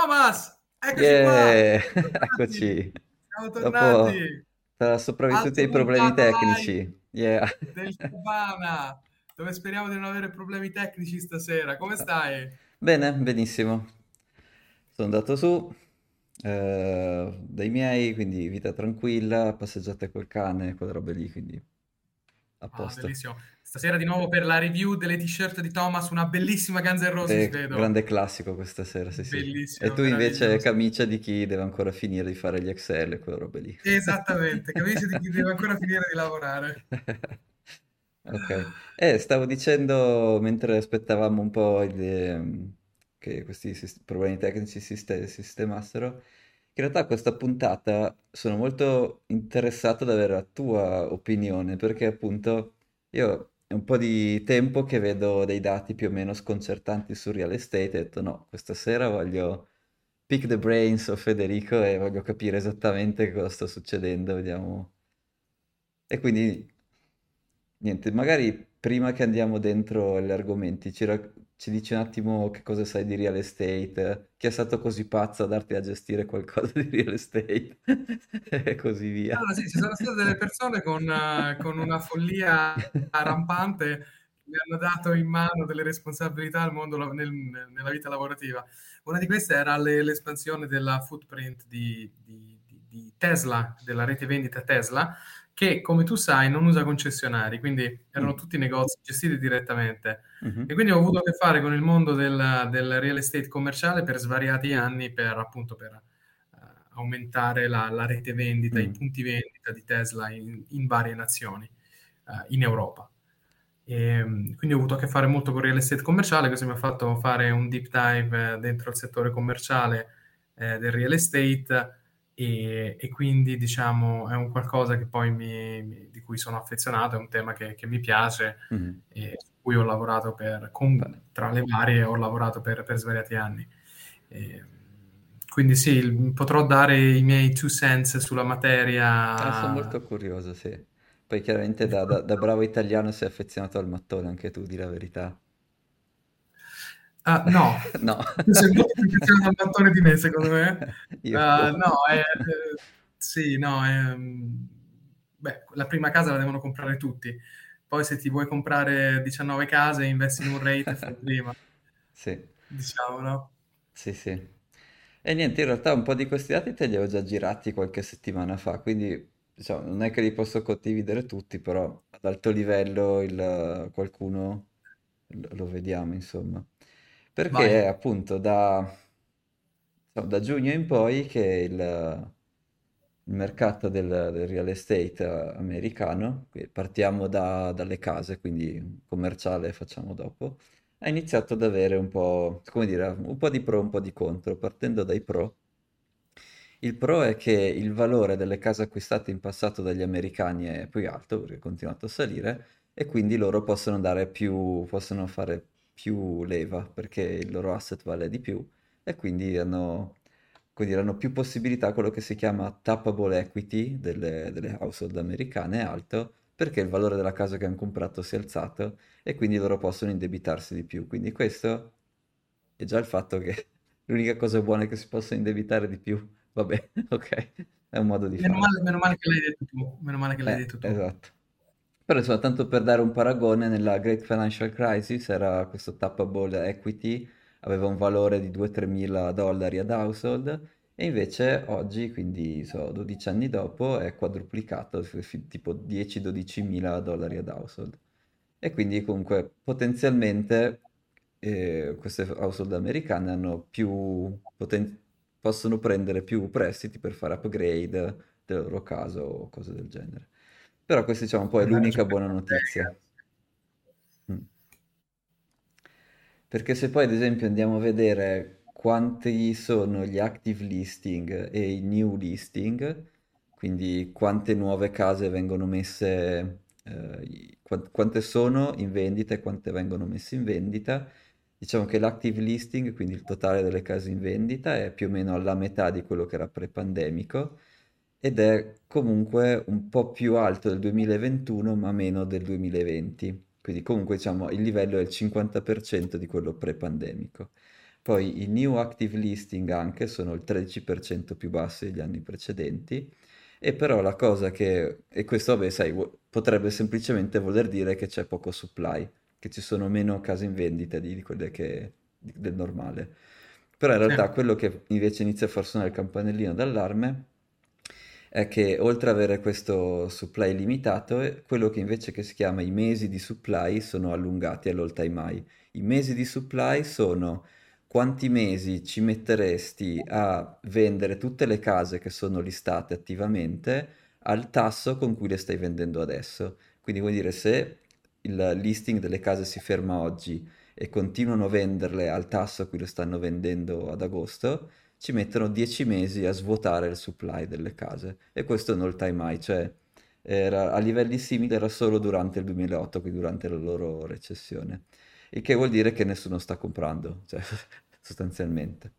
Thomas, eccoci qua. Yeah, Tornati. eccoci. Siamo Dopo tornati. sopravvissuti Alza ai problemi puntata live tecnici. Yeah. del Shabana, dove speriamo di non avere problemi tecnici stasera. Come stai? Bene, benissimo. Sono andato su dai miei, quindi vita tranquilla, passeggiate col cane, quelle robe lì, quindi a Ah, posto. bellissimo. Stasera di nuovo per la review delle t-shirt di Thomas, una bellissima Guns N' Roses, vedo. Grande classico questa sera, sì sì. E Bellissimo, tu invece meraviglioso. camicia di chi deve ancora finire di fare gli Excel, quelle robe lì. Esattamente, capisci di chi deve ancora finire di lavorare. Ok, stavo dicendo mentre aspettavamo un po' che questi problemi tecnici sistemassero, che in realtà questa puntata sono molto interessato ad avere la tua opinione, perché appunto io è un po' di tempo che vedo dei dati più o meno sconcertanti sul real estate e ho detto no, questa sera voglio pick the brains of Federico e voglio capire esattamente cosa sta succedendo, vediamo. E quindi, niente, magari prima che andiamo dentro gli argomenti, ci dici un attimo che cosa sai di real estate, chi è stato così pazzo a darti a gestire qualcosa di real estate e così via. Allora sì, ci sono state delle persone con una follia rampante che mi hanno dato in mano delle responsabilità al mondo nella vita lavorativa. Una di queste era l'espansione della footprint di Tesla, della rete vendita Tesla, che come tu sai non usa concessionari, quindi erano Mm, tutti negozi gestiti direttamente. E mhm, quindi ho avuto a che fare con il mondo del real estate commerciale per svariati anni, per appunto per aumentare la rete vendita, i mm, punti vendita di Tesla in varie nazioni in Europa. Quindi ho avuto a che fare molto con real estate commerciale, questo mi ha fatto fare un deep dive dentro il settore commerciale del real estate e quindi diciamo è un qualcosa che poi di cui sono affezionato, è un tema che mi piace mhm. e su cui ho lavorato Beh, tra le varie ho lavorato per svariati anni. E, quindi sì, potrò dare i miei two cents sulla sono materia. molto curioso, sì. Poi chiaramente da bravo italiano sei affezionato al mattone, anche tu, di la verità. Ah, no, No. tu sei molto più affezionato al mattone di me, secondo me. Io poco. No, sì, no, beh, la prima casa la devono comprare tutti. Poi se ti vuoi comprare 19 case, investi in un rate e fai prima, Sì. diciamo, no? Sì, sì. E niente, in realtà un po' di questi dati te li avevo già girati qualche settimana fa, quindi diciamo, non è che li posso condividere tutti, però ad alto livello qualcuno lo vediamo, insomma. Vai. Perché è appunto da giugno in poi che il mercato del real estate americano, qui partiamo dalle case, quindi commerciale facciamo dopo, ha iniziato ad avere un po', come dire, un po' di pro, un po' di contro. Partendo dai pro, il pro è che il valore delle case acquistate in passato dagli americani è più alto, perché è continuato a salire, e quindi loro possono fare più leva, perché il loro asset vale di più, e quindi hanno più possibilità, quello che si chiama tappable equity delle household americane è alto, perché il valore della casa che hanno comprato si è alzato, e quindi loro possono indebitarsi di più. Quindi questo è già il fatto che l'unica cosa buona è che si possa indebitare di più. Vabbè, ok, è un modo di fare. Meno male che l'hai detto tu, meno male che l'hai detto tu. Esatto. Però insomma, tanto per dare un paragone, nella Great Financial Crisis era questo tappable equity, aveva un valore di 2-3 mila dollari ad household, e invece oggi, quindi 12 anni dopo, è quadruplicato, tipo 10-12 mila dollari ad household. E quindi comunque potenzialmente queste household americane possono prendere più prestiti per fare upgrade del loro caso o cose del genere. Però questa diciamo poi è Andare a l'unica giocare buona con notizia. Vegas. Mm. Perché se poi ad esempio andiamo a vedere quanti sono gli active listing e i new listing, quindi quante nuove case vengono messe, quante sono in vendita e quante vengono messe in vendita, diciamo che l'active listing, quindi il totale delle case in vendita, è più o meno alla metà di quello che era pre-pandemico ed è comunque un po' più alto del 2021 ma meno del 2020. Quindi comunque diciamo il livello è il 50% di quello pre-pandemico. poi i new active listing anche sono il 13% più bassi degli anni precedenti, e però la cosa che, e questo vabbè sai, potrebbe semplicemente voler dire che c'è poco supply, che ci sono meno case in vendita di quelle del normale. Però in Sì. realtà quello che invece inizia a far suonare il campanellino d'allarme è che oltre ad avere questo supply limitato, quello che invece che si chiama i mesi di supply sono allungati all'all time high. I mesi di supply sono quanti mesi ci metteresti a vendere tutte le case che sono listate attivamente al tasso con cui le stai vendendo adesso. Quindi vuol dire se il listing delle case si ferma oggi e continuano a venderle al tasso a cui lo stanno vendendo ad agosto, ci mettono 10 mesi a svuotare il supply delle case. E questo è un all time high, cioè a livelli simili era solo durante il 2008, quindi durante la loro recessione. Il che vuol dire che nessuno sta comprando, cioè, sostanzialmente.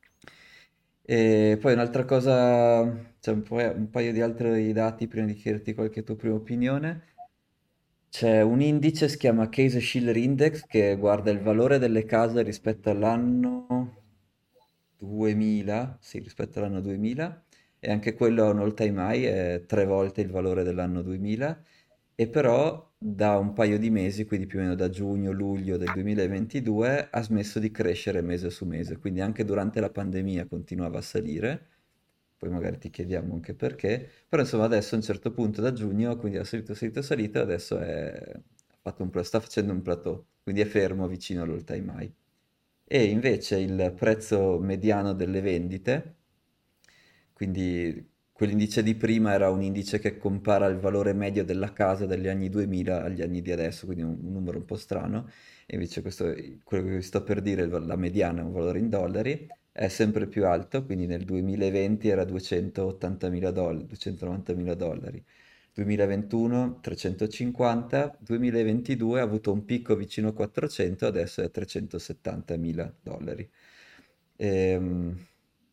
E poi un'altra cosa, c'è un paio di altri dati prima di chiederti qualche tua prima opinione. C'è un indice, si chiama Case-Shiller Index, che guarda il valore delle case rispetto all'anno 2000, sì, rispetto all'anno 2000, e anche quello ha un all-time high, è tre volte il valore dell'anno 2000, e però da un paio di mesi, quindi più o meno da giugno-luglio del 2022, ha smesso di crescere mese su mese, quindi anche durante la pandemia continuava a salire, poi magari ti chiediamo anche perché, però insomma adesso a un certo punto da giugno, quindi ha salito, salito, salito, adesso sta facendo un plateau, quindi è fermo vicino all'all time high. E invece il prezzo mediano delle vendite, quindi quell'indice di prima era un indice che compara il valore medio della casa dagli anni 2000 agli anni di adesso, quindi un numero un po' strano, e invece questo, quello che vi sto per dire, la mediana è un valore in dollari, è sempre più alto, quindi nel 2020 era 280.000 dollari, 290.000 dollari. 2021 350, 2022 ha avuto un picco vicino a 400, adesso è 370.000 dollari. Ehm,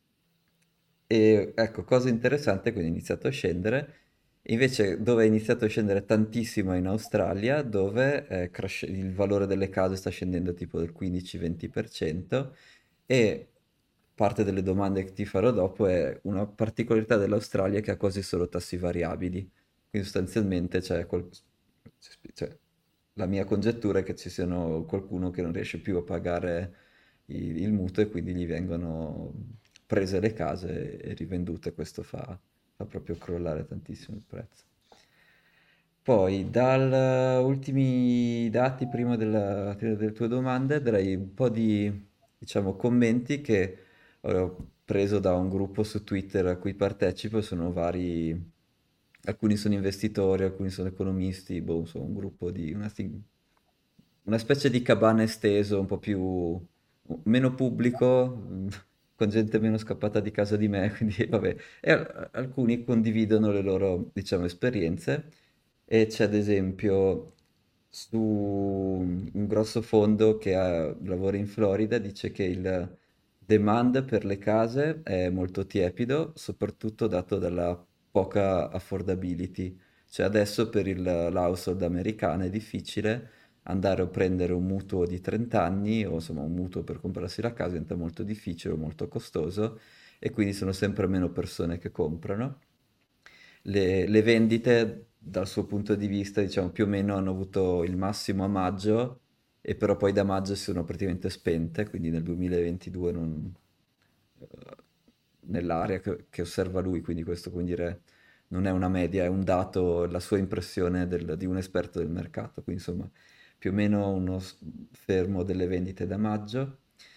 E, ecco, cosa interessante, quindi è iniziato a scendere. Invece, dove è iniziato a scendere tantissimo è in Australia, dove il valore delle case sta scendendo tipo del 15-20%. E parte delle domande che ti farò dopo è una particolarità dell'Australia che ha quasi solo tassi variabili. Quindi sostanzialmente cioè, la mia congettura è che ci siano qualcuno che non riesce più a pagare il mutuo e quindi gli vengono prese le case e rivendute. Questo fa proprio crollare tantissimo il prezzo. Poi, dal ultimi dati prima delle tue domande, darei un po' di, diciamo, commenti che ho preso da un gruppo su Twitter a cui partecipo, sono vari, alcuni sono investitori, alcuni sono economisti, boh, sono un gruppo di una specie di cabana esteso, un po' più meno pubblico, con gente meno scappata di casa di me, quindi vabbè, e alcuni condividono le loro, diciamo, esperienze e c'è ad esempio su un grosso fondo che lavora in Florida, dice che il demand per le case è molto tiepido, soprattutto dato dalla poca affordability. Cioè adesso per l'household americana è difficile andare a prendere un mutuo di 30 anni o insomma un mutuo per comprarsi la casa diventa molto difficile, molto costoso e quindi sono sempre meno persone che comprano. Le vendite dal suo punto di vista, diciamo, più o meno hanno avuto il massimo a maggio e però poi da maggio si sono praticamente spente, quindi nel 2022 eh, nell'area che osserva lui, quindi questo vuol dire non è una media, è un dato, la sua impressione di un esperto del mercato, quindi insomma più o meno fermo delle vendite da maggio.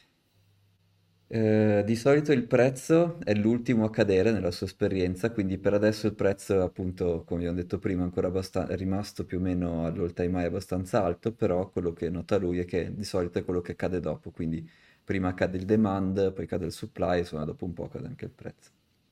Di solito il prezzo è l'ultimo a cadere nella sua esperienza, quindi per adesso il prezzo è appunto, come abbiamo detto prima, è rimasto più o meno all'all time high abbastanza alto, però quello che nota lui è che di solito è quello che cade dopo, quindi prima cade il demand, poi cade il supply, insomma dopo un po' cade anche il prezzo.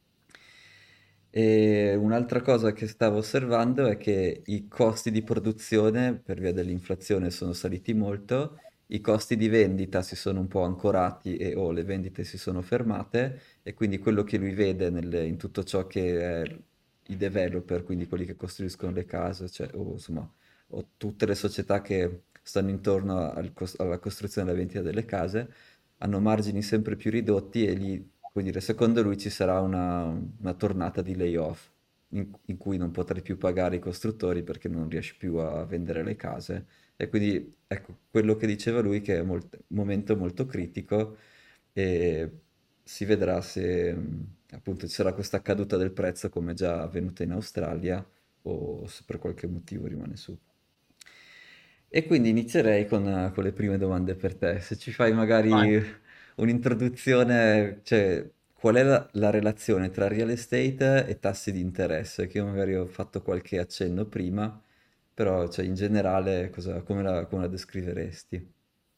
E un'altra cosa che stavo osservando è che i costi di produzione per via dell'inflazione sono saliti molto, i costi di vendita si sono un po' ancorati e o le vendite si sono fermate e quindi quello che lui vede in tutto ciò che è i developer, quindi quelli che costruiscono le case, cioè, o insomma, o tutte le società che stanno intorno alla costruzione e alla vendita delle case, hanno margini sempre più ridotti e lì, come dire, secondo lui ci sarà una tornata di layoff in cui non potrai più pagare i costruttori perché non riesci più a vendere le case. E quindi ecco, quello che diceva lui che è un momento molto critico e si vedrà se appunto ci sarà questa caduta del prezzo come già avvenuta in Australia o se per qualche motivo rimane su. E quindi inizierei con le prime domande per te. Se ci fai Vai. magari un'introduzione, cioè qual è la relazione tra real estate e tassi di interesse? Che io magari ho fatto qualche accenno prima, però cioè, in generale come la descriveresti?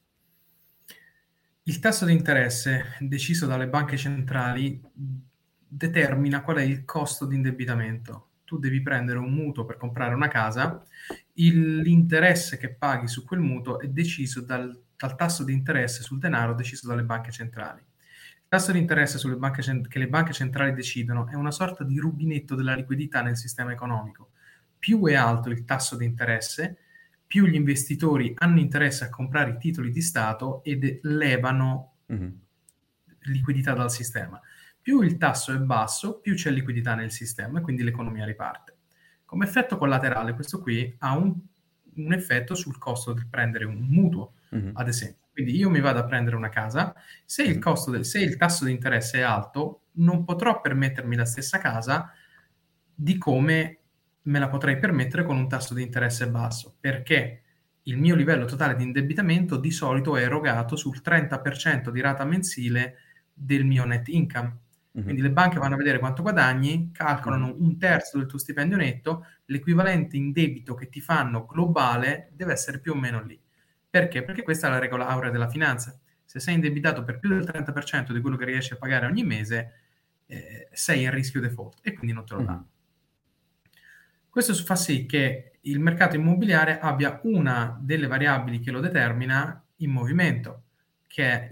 Il tasso di interesse deciso dalle banche centrali determina qual è il costo di indebitamento. Tu devi prendere un mutuo per comprare una casa, l'interesse che paghi su quel mutuo è deciso dal tasso di interesse sul denaro deciso dalle banche centrali. Il tasso di interesse che le banche centrali decidono è una sorta di rubinetto della liquidità nel sistema economico. Più è alto il tasso di interesse, più gli investitori hanno interesse a comprare i titoli di Stato ed levano Mhm, liquidità dal sistema. Più il tasso è basso, più c'è liquidità nel sistema e quindi l'economia riparte. Come effetto collaterale, questo qui ha un effetto sul costo di prendere un mutuo, mhm, ad esempio. Quindi io mi vado a prendere una casa, mhm, se il tasso di interesse è alto, non potrò permettermi la stessa casa di come me la potrei permettere con un tasso di interesse basso, perché il mio livello totale di indebitamento di solito è erogato sul 30% di rata mensile del mio net income. mhm, Quindi le banche vanno a vedere quanto guadagni, calcolano mhm, un terzo del tuo stipendio netto, l'equivalente in debito che ti fanno globale deve essere più o meno lì. Perché? Perché questa è la regola aurea della finanza. Se sei indebitato per più del 30% di quello che riesci a pagare ogni mese, sei a rischio default e quindi non te lo mhm, danno. Questo fa sì che il mercato immobiliare abbia una delle variabili che lo determina in movimento, che è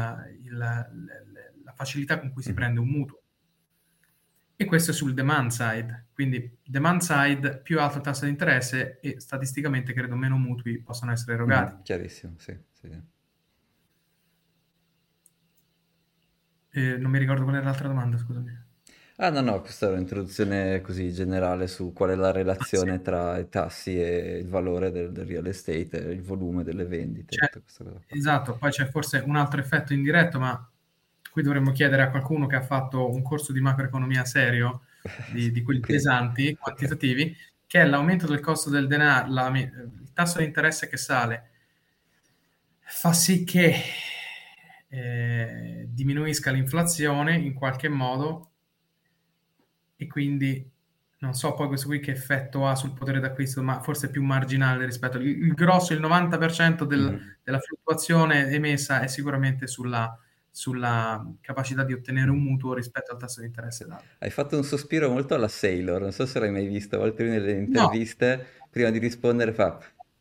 la facilità con cui si mhm, prende un mutuo. E questo è sul demand side. Quindi demand side, più alto il tasso di interesse e statisticamente credo meno mutui possono essere erogati. mhm, chiarissimo, sì, sì. Non mi ricordo qual era l'altra domanda, scusami. Ah no, no, questa è un'introduzione così generale su qual è la Ah, sì. relazione tra i tassi e il valore del real estate, e il volume delle vendite, C'è, tutta questa cosa qua. esatto, poi c'è forse un altro effetto indiretto, ma qui dovremmo chiedere a qualcuno che ha fatto un corso di macroeconomia serio, di quelli Quindi, pesanti, ok. quantitativi, che è l'aumento del costo del denaro, il tasso di interesse che sale, fa sì che diminuisca l'inflazione in qualche modo e quindi non so poi questo qui che effetto ha sul potere d'acquisto, ma forse è più marginale rispetto il grosso, il 90% Mhm. della fluttuazione emessa è sicuramente sulla capacità di ottenere un mutuo rispetto al tasso di Sì. interesse dato. Hai fatto un sospiro molto alla Sailor, non so se l'hai mai visto, a volte lui nelle No, interviste, prima di rispondere fa...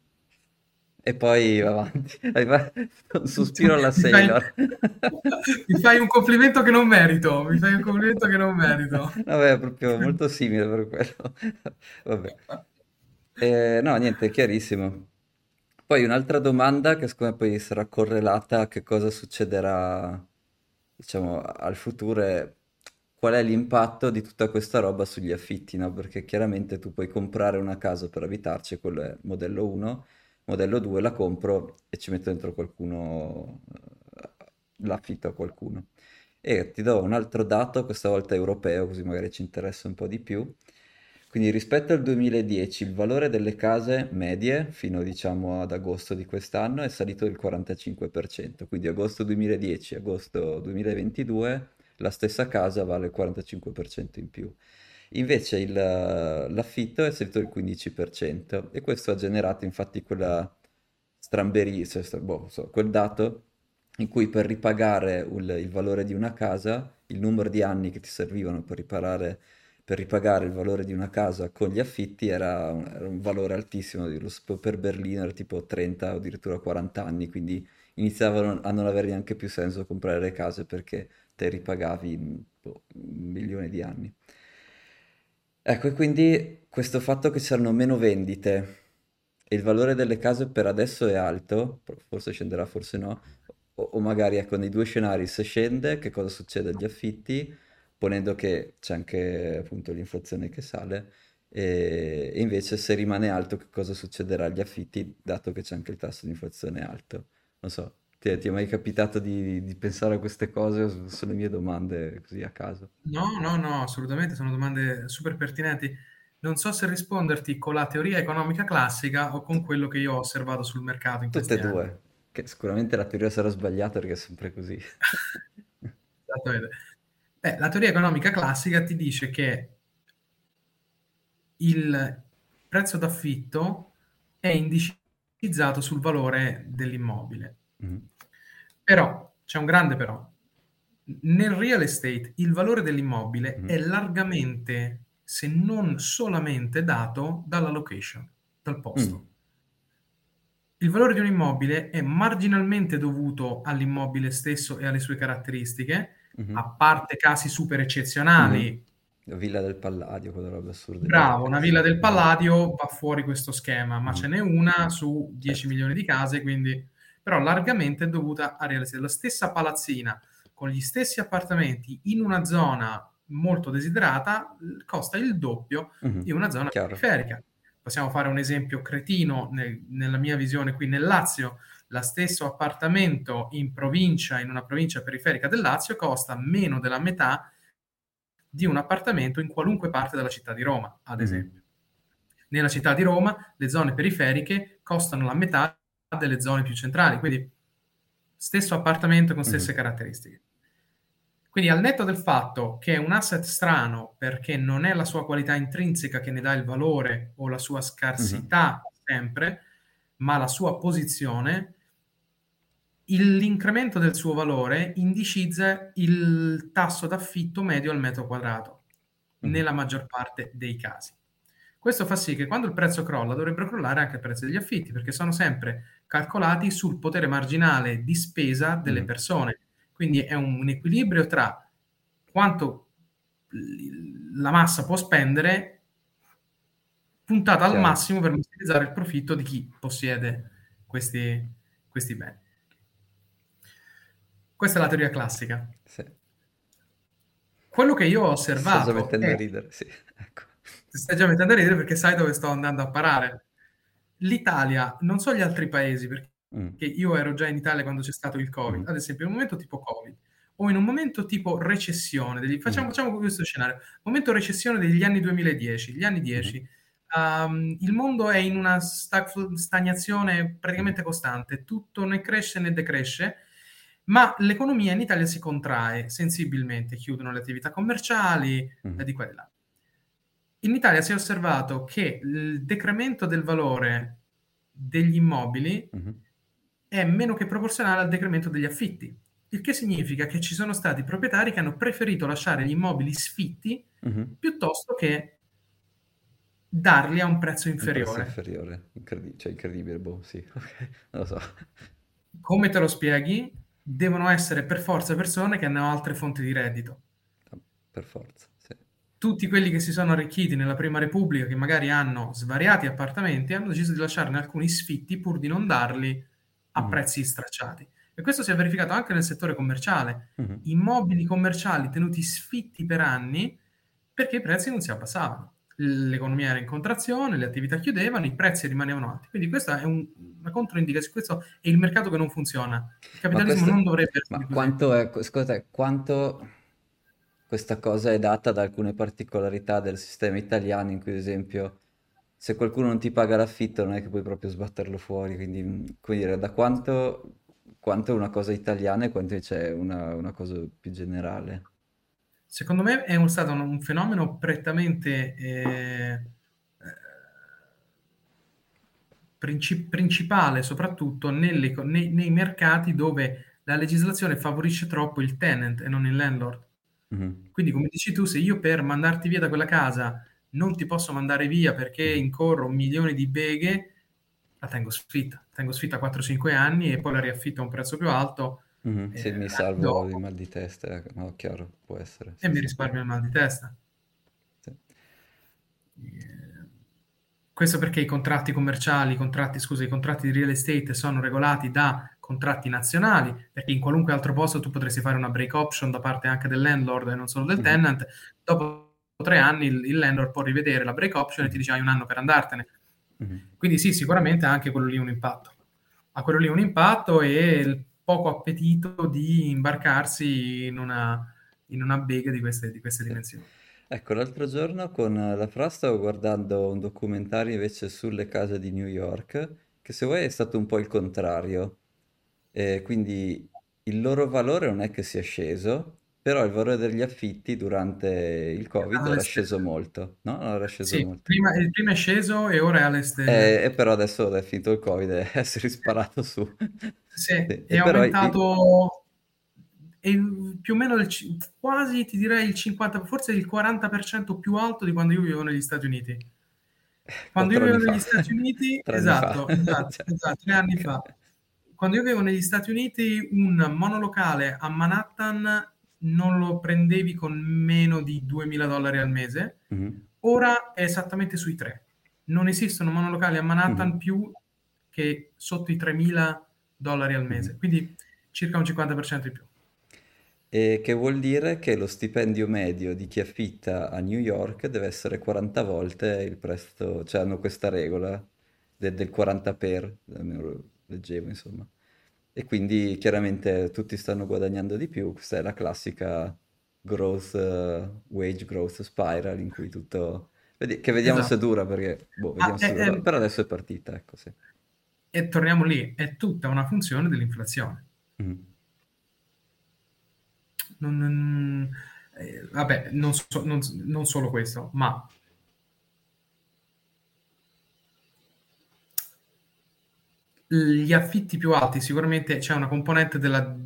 E poi va avanti. Hai fatto un sospiro alla mi fai, Sailor. mi fai un complimento che non merito, mi fai un complimento che non merito. Vabbè, è proprio molto simile per quello. Vabbè. No, niente, è chiarissimo. Poi un'altra domanda che secondo me poi sarà correlata a che cosa succederà, diciamo, al futuro è qual è l'impatto di tutta questa roba sugli affitti, no? Perché chiaramente tu puoi comprare una casa per abitarci, quello è modello 1, modello 2 la compro e ci metto dentro qualcuno, l'affitto a qualcuno. E ti do un altro dato, questa volta europeo, così magari ci interessa un po' di più. Quindi rispetto al 2010 il valore delle case medie fino diciamo ad agosto di quest'anno è salito del 45%, quindi agosto 2010, agosto 2022 la stessa casa vale il 45% in più. Invece l'affitto è salito del 15% e questo ha generato infatti quella stramberia, cioè, boh, quel dato in cui per ripagare il valore di una casa, il numero di anni che ti servivano per ripagare il valore di una casa con gli affitti era un valore altissimo, per Berlino era tipo 30 o addirittura 40 anni, quindi iniziavano a non avere neanche più senso comprare le case perché te ripagavi in boh, 1 milione di anni. Ecco, e quindi questo fatto che c'erano meno vendite e il valore delle case per adesso è alto, forse scenderà, forse no, o magari ecco, nei due scenari se scende, che cosa succede agli affitti, ponendo che c'è anche appunto l'inflazione che sale, e invece se rimane alto, che cosa succederà agli affitti, dato che c'è anche il tasso di inflazione alto. Non so, ti è mai capitato di pensare a queste cose o sulle mie domande così a caso? No, no, no, assolutamente, sono domande super pertinenti. Non so se risponderti con la teoria economica classica o con quello che io ho osservato sul mercato in Tutte e questi anni. due, che sicuramente la teoria sarà sbagliata perché è sempre così. Esattamente. La teoria economica classica ti dice che il prezzo d'affitto è indicizzato sul valore dell'immobile. Mhm, Però, c'è un grande però. Nel real estate il valore dell'immobile mhm, è largamente, se non solamente, dato dalla location, dal mm, posto. Il valore di un immobile è marginalmente dovuto all'immobile stesso e alle sue caratteristiche, mhm, a parte casi super mhm. eccezionali. La Villa del Palladio, quella roba assurda lì. Bravo, una villa del Mhm, Palladio va fuori questo schema, ma ce mhm, n'è una su 10 certo. milioni di case, quindi però largamente è dovuta a real estate. La stessa palazzina con gli stessi appartamenti in una zona molto desiderata costa il doppio di Mhm, una zona chiaro. periferica. Possiamo fare un esempio cretino nella mia visione qui nel Lazio. Lo stesso appartamento in provincia, in una provincia periferica del Lazio, costa meno della metà di un appartamento in qualunque parte della città di Roma, ad Mhm, esempio. Nella città di Roma le zone periferiche costano la metà delle zone più centrali, quindi stesso appartamento con stesse mhm, caratteristiche. Quindi al netto del fatto che è un asset strano perché non è la sua qualità intrinseca che ne dà il valore o la sua mhm, scarsità sempre, ma la sua posizione, l'incremento del suo valore indicizza il tasso d'affitto medio al metro quadrato, mhm. nella maggior parte dei casi. Questo fa sì che quando il prezzo crolla dovrebbero crollare anche il prezzo degli affitti, perché sono sempre calcolati sul potere marginale di spesa delle Mhm. persone. Quindi è un equilibrio tra quanto la massa può spendere puntata al Chiaro. massimo per massimizzare il profitto di chi possiede questi, questi beni. Questa è la teoria classica. Sì. Quello che io ho Ti sto già osservato mettendo è, a ridere, sì. Ecco. ti stai già mettendo a ridere perché sai dove sto andando a parare. L'Italia, non so gli altri paesi, perché Mm, io ero già in Italia quando c'è stato il Covid, mhm, ad esempio in un momento tipo Covid o in un momento tipo recessione, mhm, facciamo questo scenario, momento recessione degli anni 2010, gli anni mhm, 10, il mondo è in una stagnazione mhm, praticamente costante, tutto né cresce né decresce, ma l'economia in Italia si contrae sensibilmente, chiudono le attività commerciali, mhm, di qua e di là. In Italia si è osservato che il decremento del valore degli immobili mhm, è meno che proporzionale al decremento degli affitti, il che significa che ci sono stati proprietari che hanno preferito lasciare gli immobili sfitti mhm. piuttosto che darli a un prezzo Un prezzo inferiore. inferiore, cioè incredibile, boh, sì, ok, non lo so. Come te lo spieghi? Devono essere per forza persone che hanno altre fonti di reddito. Per forza, sì. Tutti quelli che si sono arricchiti nella Prima Repubblica, che magari hanno svariati appartamenti, hanno deciso di lasciarne alcuni sfitti pur di non darli a Mhm, prezzi stracciati. E questo si è verificato anche nel settore commerciale. mhm. Immobili commerciali tenuti sfitti per anni perché i prezzi non si abbassavano. L'economia era in contrazione, le attività chiudevano, i prezzi rimanevano alti. Quindi questa è una controindicazione, questo è il mercato che non funziona. Il Ma capitalismo non questo, dovrebbe ma essere così. quanto è, secondo te, quanto questa cosa è data da alcune particolarità del sistema italiano in cui, ad esempio, se qualcuno non ti paga l'affitto non è che puoi proprio sbatterlo fuori, quindi, come dire, da quanto è una cosa italiana e quanto invece è una cosa più generale. Secondo me è stato un fenomeno prettamente principale, soprattutto nei mercati dove la legislazione favorisce troppo il tenant e non il landlord. Mhm, Quindi, come dici tu, se io per mandarti via da quella casa non ti posso mandare via perché mhm, incorro milioni di beghe, la tengo sfitta 4-5 anni e poi la riaffitto a un prezzo più alto mhm. Se mi anni salvo di dopo mal di testa, no, chiaro, può essere, e sì, mi sì. risparmio il mal di testa. Sì. Eh, Questo perché i contratti commerciali, i contratti di real estate sono regolati da contratti nazionali, perché in qualunque altro posto tu potresti fare una break option da parte anche del landlord e non solo del Mhm, tenant. Dopo 3 anni il landlord può rivedere la break option e ti mhm, dice hai un anno per andartene. mhm. Quindi sì, sicuramente ha anche quello lì un impatto. Ha quello lì un impatto e il poco appetito di imbarcarsi in una bega di queste Sì. dimensioni. Ecco, l'altro giorno con la Fra stavo guardando un documentario invece sulle case di New York, che se vuoi è stato un po' il contrario. Quindi il loro valore non è che sia sceso, però il valore degli affitti durante il Covid era Alle sceso stelle. molto, no? Non era sceso Sì, molto. prima è sceso e ora è alle stelle. E però adesso è finito il Covid e si è risparato su. Sì, Sì, è e però aumentato più o meno quasi, ti direi, il 50, forse il 40% più alto di quando io vivevo negli Stati Uniti. Quando io 4 anni vivevo fa, negli Stati Uniti, 3 anni fa. esatto, esatto, Cioè, esatto, 3 anni ok. fa. Quando io vivevo negli Stati Uniti, un monolocale a Manhattan non lo prendevi con meno di $2.000 al mese. Mhm, Ora è esattamente sui 3. Non esistono monolocali a mhm, Manhattan più che sotto i $3.000 al mese, mhm. quindi circa un 50% in più. E che vuol dire che lo stipendio medio di chi affitta a New York deve essere 40 volte il prezzo, cioè hanno questa regola del 40 per, almeno lo leggevo insomma. E quindi chiaramente tutti stanno guadagnando di più, questa è la classica growth, wage growth spiral in cui tutto... che vediamo se Esatto. dura perché, boh, Ah, vediamo se dura, però adesso è partita, ecco sì. e torniamo lì, è tutta una funzione dell'inflazione. Mhm, Vabbè, non solo questo, ma gli affitti più alti sicuramente c'è una componente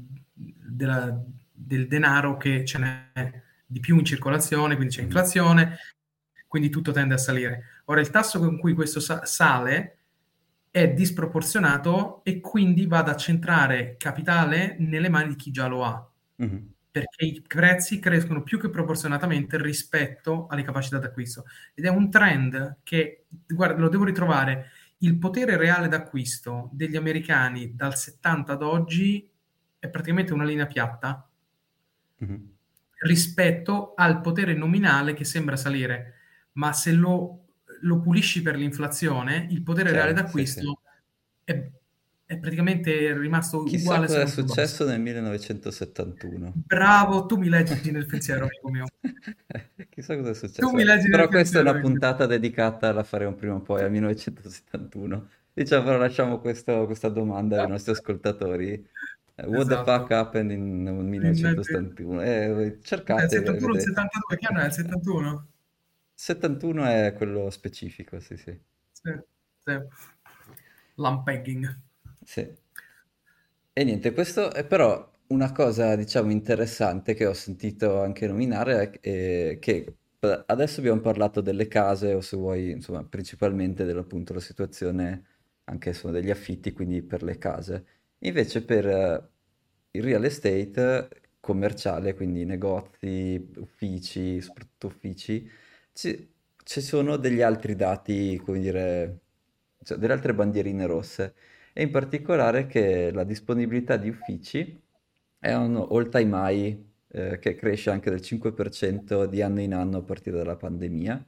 del denaro che ce n'è di più in circolazione, quindi c'è mhm, inflazione, quindi tutto tende a salire. Ora il tasso con cui questo sale è disproporzionato e quindi va ad accentrare capitale nelle mani di chi già lo ha, mhm, perché i prezzi crescono più che proporzionatamente rispetto alle capacità d'acquisto. Ed è un trend che, guarda, lo devo ritrovare, il potere reale d'acquisto degli americani dal 70 ad oggi è praticamente una linea piatta mhm. rispetto al potere nominale che sembra salire, ma se lo pulisci per l'inflazione, il potere reale Chiaro, sì, sì. d'acquisto è, è praticamente rimasto Chissà uguale se cosa è non più basso. successo nel 1971. Bravo, tu mi leggi nel pensiero, amico mio. Chissà cosa è Tu successo. mi leggi nel Però questa è pensiero, una amico mio. puntata dedicata, la faremo prima o poi, al 1971. Diciamo, però lasciamo questa domanda ai nostri ascoltatori. What the fuck Esatto. happened in In- 1971? Nel Cercate, 71 o il vedete. 72? Che anno è il 71? 71 è quello specifico, sì, sì. Sì, sì. Lampegging. Sì. E niente, questo è però una cosa, diciamo, interessante che ho sentito anche nominare, è che adesso abbiamo parlato delle case, o se vuoi, insomma, principalmente appunto la situazione anche insomma, degli affitti, quindi per le case. Invece per il real estate commerciale, quindi negozi, uffici, soprattutto uffici, ci sono degli altri dati, come dire, cioè delle altre bandierine rosse e in particolare che la disponibilità di uffici è un all-time high che cresce anche del 5% di anno in anno a partire dalla pandemia.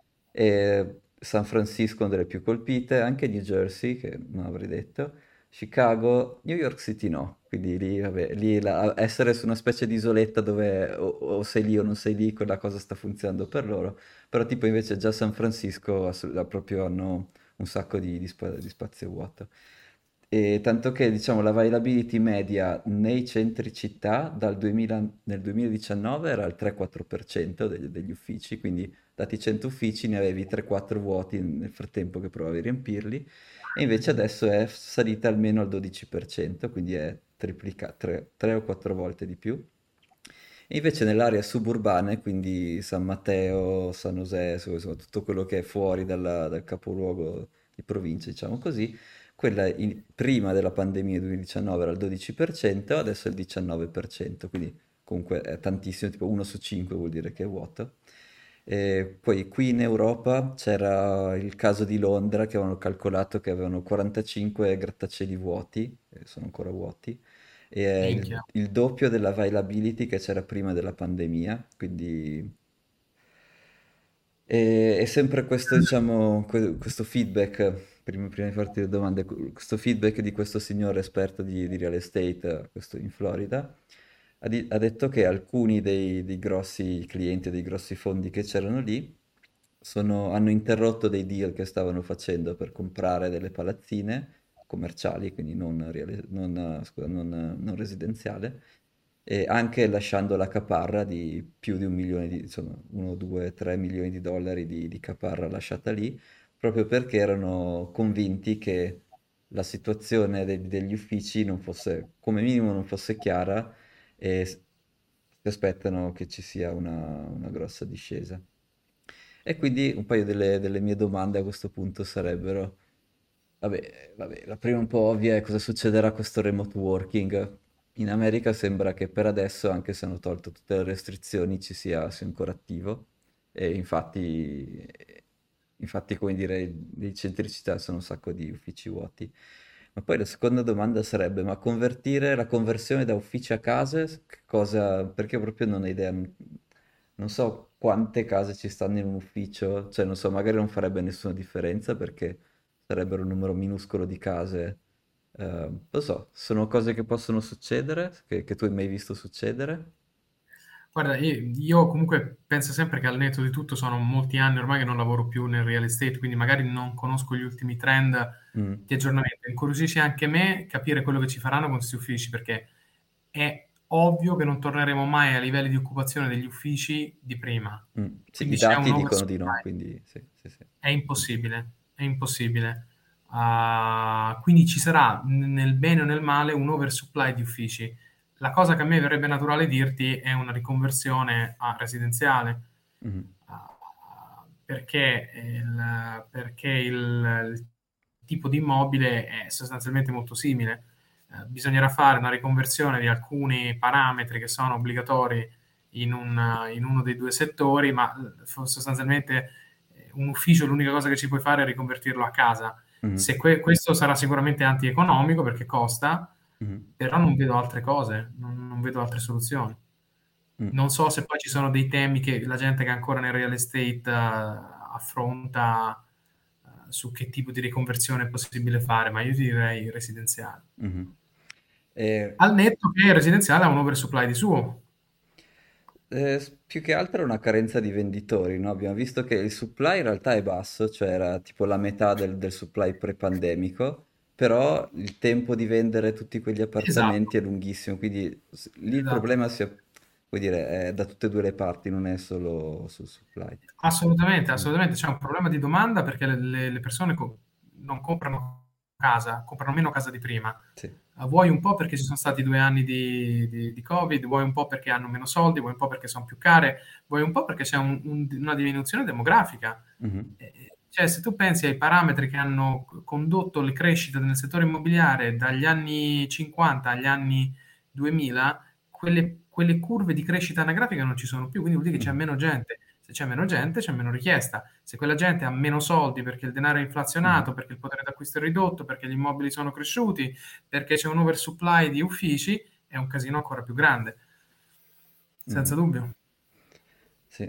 E San Francisco è una delle più colpite, anche New Jersey, che non avrei detto, Chicago, New York City no, quindi lì, vabbè, lì essere su una specie di isoletta dove o sei lì o non sei lì, quella cosa sta funzionando per loro, però tipo invece già San Francisco proprio hanno un sacco di spazio vuoto. E tanto che diciamo l'availability media nei centri città nel 2019 era al 3-4% degli uffici, quindi dati 100 uffici ne avevi 3-4 vuoti nel frattempo che provavi a riempirli, e invece adesso è salita almeno al 12%, quindi è triplica 3 o 4 volte di più. E invece nell'area suburbana, quindi San Matteo, San José, insomma, tutto quello che è fuori dal capoluogo di provincia, diciamo così, quella prima della pandemia 2019 era il 12%, adesso è il 19%, quindi comunque è tantissimo, tipo 1 su 5 vuol dire che è vuoto. E poi qui in Europa c'era il caso di Londra che avevano calcolato che avevano 45 grattacieli vuoti, sono ancora vuoti, e è Minchia. il doppio dell'availability che c'era prima della pandemia, quindi è sempre questo, diciamo, questo feedback, prima di farti le domande, questo feedback di questo signore esperto di real estate, questo in Florida, ha detto che alcuni dei grossi clienti, dei grossi fondi che c'erano lì, hanno interrotto dei deal che stavano facendo per comprare delle palazzine commerciali, quindi non residenziale, e anche lasciando la caparra di più di 1 milione di, insomma, 1, 2, 3 milioni di dollari di caparra lasciata lì, proprio perché erano convinti che la situazione degli uffici non fosse, come minimo non fosse chiara e si aspettano che ci sia una grossa discesa. E quindi un paio delle mie domande a questo punto sarebbero, vabbè, la prima un po' ovvia è cosa succederà a questo remote working. In America sembra che per adesso, anche se hanno tolto tutte le restrizioni, sia ancora attivo. E infatti, come dire, nei centri città sono un sacco di uffici vuoti. Ma poi la seconda domanda sarebbe, ma convertire la conversione da uffici a case, che cosa, perché proprio non ho idea, non so quante case ci stanno in un ufficio, cioè non so, magari non farebbe nessuna differenza perché sarebbero un numero minuscolo di case. Lo so, sono cose che possono succedere, che tu hai mai visto succedere? Guarda, io comunque penso sempre che al netto di tutto sono molti anni ormai che non lavoro più nel real estate, quindi magari non conosco gli ultimi trend Mm, di aggiornamento. Incuriosisce anche me capire quello che ci faranno con questi uffici, perché è ovvio che non torneremo mai ai livelli di occupazione degli uffici di prima. mm. Sì, i Quindi c'è un dati dicono di no, oversupply. quindi sì, sì, sì. È impossibile, è impossibile. Quindi ci sarà nel bene o nel male un oversupply di uffici. La cosa che a me verrebbe naturale dirti è una riconversione a residenziale, Mhm, perché il tipo di immobile è sostanzialmente molto simile. Bisognerà fare una riconversione di alcuni parametri che sono obbligatori in uno dei due settori, ma sostanzialmente un ufficio l'unica cosa che ci puoi fare è riconvertirlo a casa. mhm, Se questo sarà sicuramente antieconomico perché costa, mhm, però non vedo altre cose, non vedo altre soluzioni. mm. Non so se poi ci sono dei temi che la gente che è ancora nel real estate affronta su che tipo di riconversione è possibile fare, ma io ti direi residenziale. Mhm. E, Al netto che il residenziale ha un oversupply di suo. più che altro è una carenza di venditori, no? Abbiamo visto che il supply in realtà è basso, cioè era tipo la metà del supply pre-pandemico, però il tempo di vendere tutti quegli Esatto, appartamenti è lunghissimo, quindi lì il esatto. problema vuol dire, è da tutte e due le parti, non è solo sul supply. Assolutamente, Mm, assolutamente. C'è un problema di domanda perché le persone non comprano casa, comprano meno casa di prima. sì. Vuoi un po' perché ci sono stati 2 anni di Covid, vuoi un po' perché hanno meno soldi, vuoi un po' perché sono più care, vuoi un po' perché c'è una diminuzione demografica. Mhm, Cioè, se tu pensi ai parametri che hanno condotto le crescite nel settore immobiliare dagli anni 50 agli anni 2000, quelle curve di crescita anagrafica non ci sono più, quindi vuol dire che c'è mhm, meno gente. Se c'è meno gente, c'è meno richiesta. Se quella gente ha meno soldi perché il denaro è mhm, inflazionato, perché il potere d'acquisto è ridotto, perché gli immobili sono cresciuti, perché c'è un oversupply di uffici, è un casino ancora più grande, senza mhm. dubbio. Sì.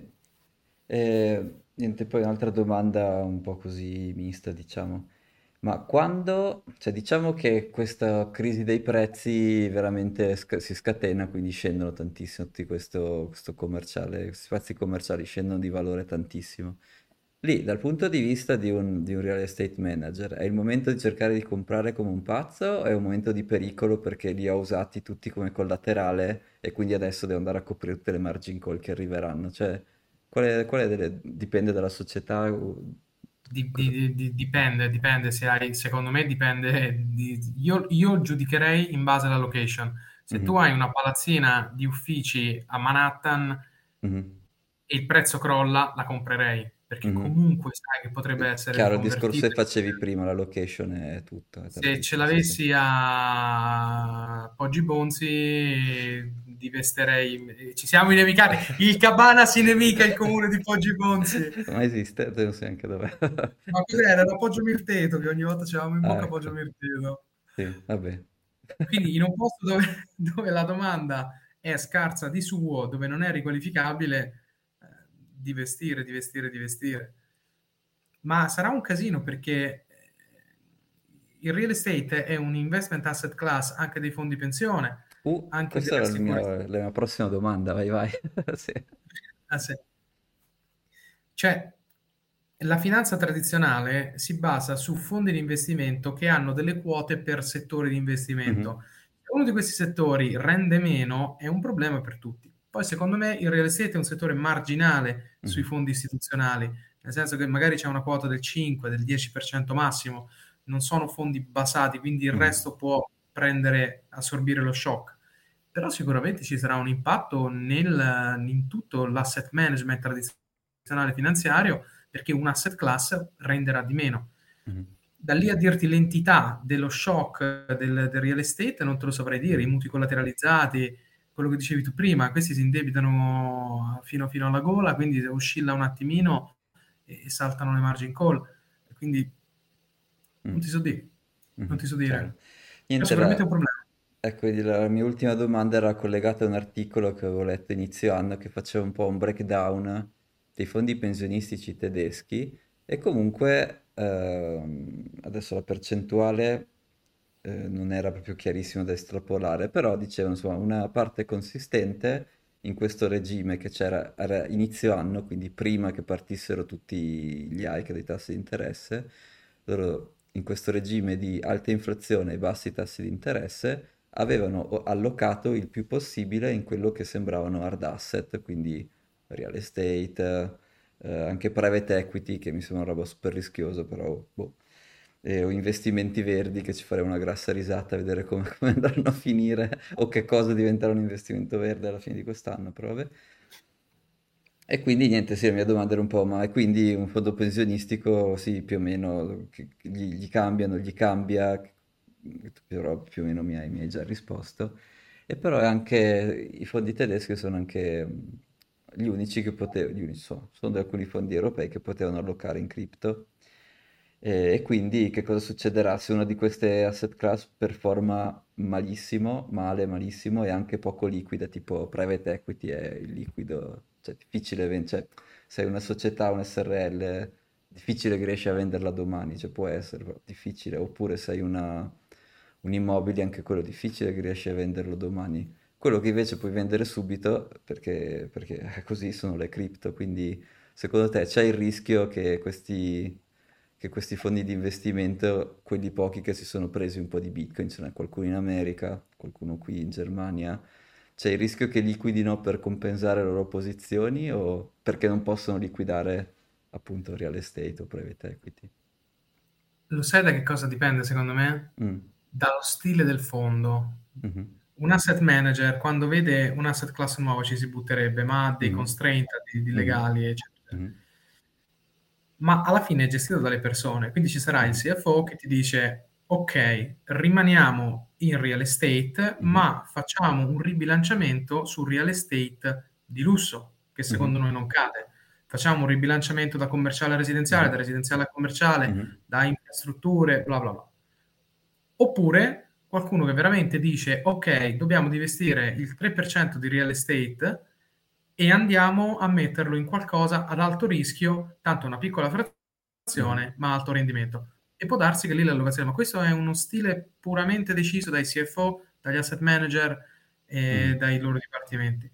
E niente, poi un'altra domanda un po' così mista, diciamo. Ma quando, cioè diciamo che questa crisi dei prezzi veramente si scatena, quindi scendono tantissimo tutti questo commerciale, questi spazi commerciali scendono di valore tantissimo. Lì, dal punto di vista di un real estate manager, è il momento di cercare di comprare come un pazzo o è un momento di pericolo perché li ho usati tutti come collaterale e quindi adesso devo andare a coprire tutte le margin call che arriveranno? Cioè, dipende dalla società? Cosa- Dipende se hai, secondo me dipende, io giudicherei in base alla location. Se tu Mhm, hai una palazzina di uffici a Manhattan mhm, e il prezzo crolla, la comprerei, perché mhm. comunque sai che potrebbe essere Chiaro, il discorso che riconvertita. facevi prima, la location è tutto, è Se ce tantissimo, sì, sì. l'avessi a Poggi Bonzi, divesterei, ci siamo inimicati, il Cabana si nemica il comune di Poggi Ponzi. Ma esiste? Non so neanche dov'è. Ma cos'era? Era Poggio Mirteto, che ogni volta c'avevamo in Ah, bocca Poggio ecco. Mirteto. Sì, vabbè. Quindi in un posto dove, dove la domanda è scarsa di suo, dove non è riqualificabile, divestire, divestire, divestire. Ma sarà un casino perché il real estate è un investment asset class anche dei fondi pensione, anche Questa delle era assicurazioni. la mia prossima domanda, vai vai. Sì. Ah, sì. Cioè, la finanza tradizionale si basa su fondi di investimento che hanno delle quote per settore di Mhm, investimento. Se uno di questi settori rende meno, è un problema per tutti. Poi, secondo me, il real estate è un settore marginale sui mhm, fondi istituzionali, nel senso che magari c'è una quota del 5, del 10% massimo, non sono fondi basati, quindi il mhm, resto può prendere, assorbire lo shock. Però sicuramente ci sarà un impatto in tutto l'asset management tradizionale finanziario perché un asset class renderà di meno. mhm, Da lì a dirti l'entità dello shock del real estate non te lo saprei dire, i mhm, mutui collateralizzati, quello che dicevi tu prima, questi si indebitano fino alla gola, quindi oscilla un attimino e saltano le margin call. Quindi non mhm, ti so dire, non ti so chiaro. dire. Però Niente, sicuramente è un problema. ecco, vedi, la mia ultima domanda era collegata a un articolo che avevo letto inizio anno che faceva un po' un breakdown dei fondi pensionistici tedeschi e comunque adesso la percentuale non era proprio chiarissimo da estrapolare, però diceva insomma una parte consistente in questo regime che c'era era inizio anno, quindi prima che partissero tutti gli hike dei tassi di interesse, loro in questo regime di alta inflazione e bassi tassi di interesse avevano allocato il più possibile in quello che sembravano hard asset, quindi real estate, anche private equity, che mi sembra una roba super rischiosa, però boh. O investimenti verdi che ci farei una grassa risata a vedere come andranno a finire o che cosa diventerà un investimento verde alla fine di quest'anno, però vabbè. E quindi niente, sì, la mia domanda era un po', ma e quindi un fondo pensionistico, sì, più o meno, che gli cambia, non gli cambia, però più o meno mi hai già risposto. E però è anche i fondi tedeschi sono anche gli unici che potevano, gli unici sono alcuni fondi europei che potevano allocare in cripto. E quindi che cosa succederà se una di queste asset class performa malissimo, male, malissimo e anche poco liquida, tipo private equity è il liquido, cioè difficile, cioè sei una società, un SRL, difficile che riesci a venderla domani, cioè può essere però difficile, oppure sei un immobile, anche quello difficile che riesci a venderlo domani. Quello che invece puoi vendere subito, perché così sono le cripto, quindi secondo te c'è il rischio che questi fondi di investimento, quelli pochi che si sono presi un po' di Bitcoin, ce n'è qualcuno in America, qualcuno qui in Germania, c'è il rischio che liquidino per compensare le loro posizioni o perché non possono liquidare appunto real estate o private equity? Lo sai da che cosa dipende, secondo me? Mm, Dallo stile del fondo. mhm, Un asset manager, quando vede un asset class nuovo, ci si butterebbe, ma ha dei mhm, constraint di mhm, legali, eccetera. mhm, Ma alla fine è gestito dalle persone, quindi ci sarà il mhm, CFO che ti dice: ok, rimaniamo in real estate, mhm, ma facciamo un ribilanciamento sul real estate di lusso, che mhm, secondo noi non cade. Facciamo un ribilanciamento da commerciale a residenziale, da mhm, residenziale a commerciale, mhm, da infrastrutture, bla bla bla. Oppure qualcuno che veramente dice: ok, dobbiamo divestire il 3% di real estate e andiamo a metterlo in qualcosa ad alto rischio, tanto una piccola mhm, frazione, ma alto rendimento. E può darsi che lì l'allocazione, ma questo è uno stile puramente deciso dai CFO, dagli asset manager e mhm. dai loro dipartimenti.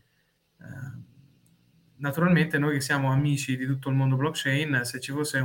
Naturalmente noi che siamo amici di tutto il mondo blockchain, se ci fosse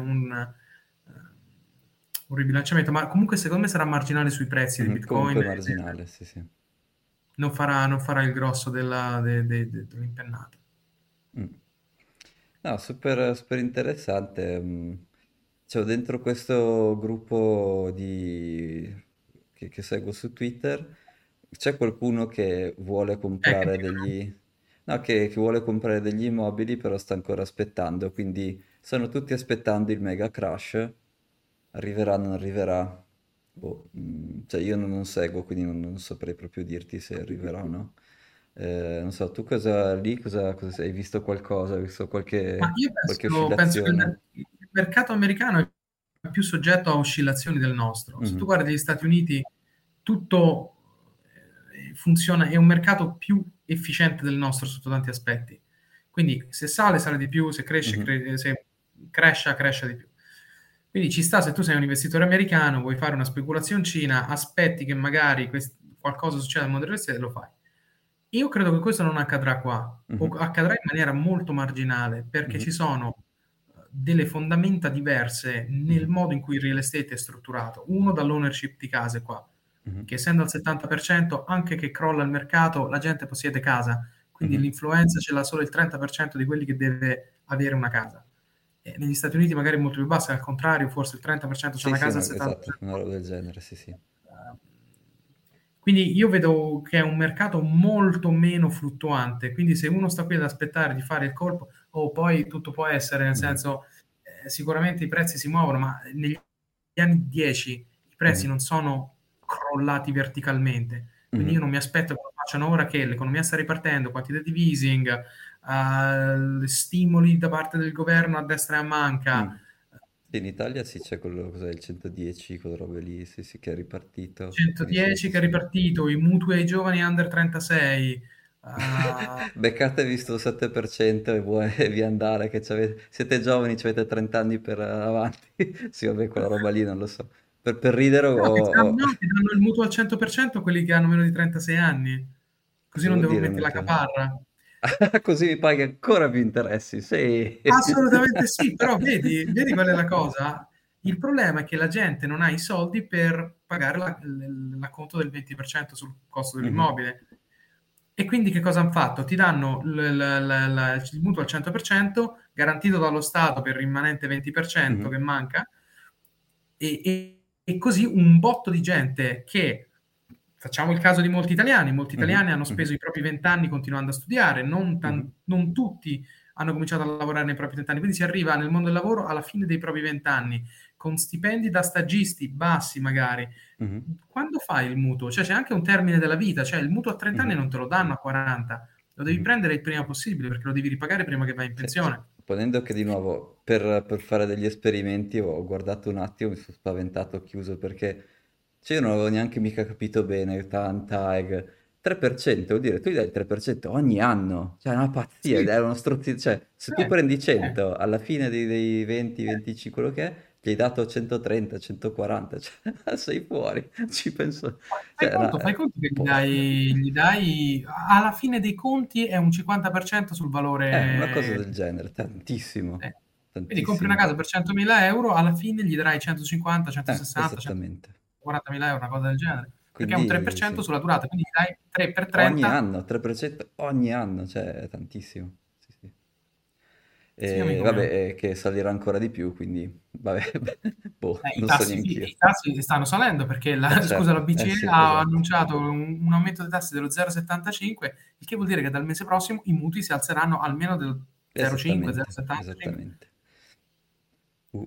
un ribilanciamento, ma comunque secondo me sarà marginale sui prezzi di Mhm. Bitcoin, Comunque marginale, sì, sì. non farà il grosso dell'impennata. Mm. No, super, super interessante. C'ho dentro questo gruppo che seguo su Twitter, c'è qualcuno che vuole comprare Tecnico, degli... No, che vuole comprare degli immobili, però sta ancora aspettando, quindi stanno tutti aspettando il mega crash. Arriverà, non arriverà? Boh, cioè io non seguo, quindi non saprei proprio dirti se arriverà o no. Non so, tu cosa lì, cosa hai visto qualcosa? Hai visto Ma io qualche penso che oscillazione? il mercato americano è più soggetto a oscillazioni del nostro. Se tu Mhm, guardi gli Stati Uniti, tutto funziona, è un mercato più efficiente del nostro sotto tanti aspetti. Quindi se sale, sale di più, se cresce, mhm, se cresce, cresce di più. Quindi ci sta, se tu sei un investitore americano, vuoi fare una speculazioncina, aspetti che magari qualcosa succeda nel mondo del real estate e lo fai. Io credo che questo non accadrà qua, o mhm, accadrà in maniera molto marginale, perché mhm, ci sono delle fondamenta diverse nel mhm, modo in cui il real estate è strutturato. Uno dall'ownership di case qua, mhm, che essendo al 70%, anche che crolla il mercato, la gente possiede casa, quindi mhm. l'influenza ce l'ha solo il 30% di quelli che deve avere una casa. E negli Stati Uniti magari è molto più bassa, al contrario, forse il 30% c'è Sì, una sì, casa, il esatto, 70% una roba del genere, sì, sì. quindi io vedo che è un mercato molto meno fluttuante, quindi se uno sta qui ad aspettare di fare il colpo, o poi tutto può essere, nel Mhm, senso, sicuramente i prezzi si muovono, ma negli anni 10 i prezzi mhm, non sono crollati verticalmente, quindi io mhm, non mi aspetto che lo facciano ora che l'economia sta ripartendo, quantitative easing, stimoli da parte del governo a destra e a mm. manca, Sì, in Italia sì, c'è quello, cos'è, il 110, quelle robe lì, sì, sì, che è ripartito, quindi sì, 110 sì, che è sì. ripartito, i mutui ai giovani under 36, Beccatevi sto 7% e vuoi e via andare, che siete giovani, avete 30 anni per avanti. Sì, vabbè, quella roba lì non lo so. Per ridere no, no, ti danno il mutuo al 100% quelli che hanno meno di 36 anni, così cosa non vuol devono dire mettere la mutuo? caparra. Così mi paghi ancora più interessi, sì. Assolutamente sì, però vedi qual è la cosa? Il problema è che la gente non ha i soldi per pagare l'acconto del 20% sul costo Mhm, dell'immobile. E quindi che cosa hanno fatto? Ti danno il mutuo al 100%, garantito dallo Stato per il rimanente 20% mhm, che manca, e così un botto di gente che, facciamo il caso di molti mhm, italiani hanno mhm, speso i propri 20 anni continuando a studiare, mhm, non tutti hanno cominciato a lavorare nei propri 20 anni, quindi si arriva nel mondo del lavoro alla fine dei propri 20 anni, con stipendi da stagisti bassi magari. mhm, Quando fai il mutuo? Cioè c'è anche un termine della vita, cioè il mutuo a 30 anni mhm, non te lo danno a 40, lo devi mhm. prendere il prima possibile perché lo devi ripagare prima che vai in Sì, pensione. supponendo che di nuovo per fare degli esperimenti ho guardato un attimo, mi sono spaventato, ho chiuso perché cioè, io non avevo neanche mica capito bene, TAG, 3%, vuol dire tu gli dai il 3% ogni anno, cioè è una pazzia, Sì, è uno struzzo, cioè se tu prendi eh. 100 alla fine dei 20, 25, quello che è, gli hai dato 130, 140, cioè sei fuori, ci penso, cioè no, Fai conto che boh. gli dai, alla fine dei conti è un 50% sul Una cosa valore. del genere, tantissimo, eh. Quindi compri una tantissimo. casa per 100.000 euro, alla fine gli darai 150, 160, Esattamente. 140.000 euro, una cosa del genere, perché è un Quindi 3% sì, sulla durata, quindi gli dai 3 per ogni 30. anno, 3% ogni anno, cioè è tantissimo. Sì, sì. Sì, E amico mio. vabbè, che salirà ancora di più, quindi vabbè, boh, I non so tassi, neanche i io. tassi stanno salendo perché scusa, la Certo, eh BCE sì, ha esatto. annunciato un aumento dei tassi dello 0,75, il che vuol dire che dal mese prossimo i mutui si alzeranno almeno dello 0,5, Esattamente, 0,75. esattamente. Uh,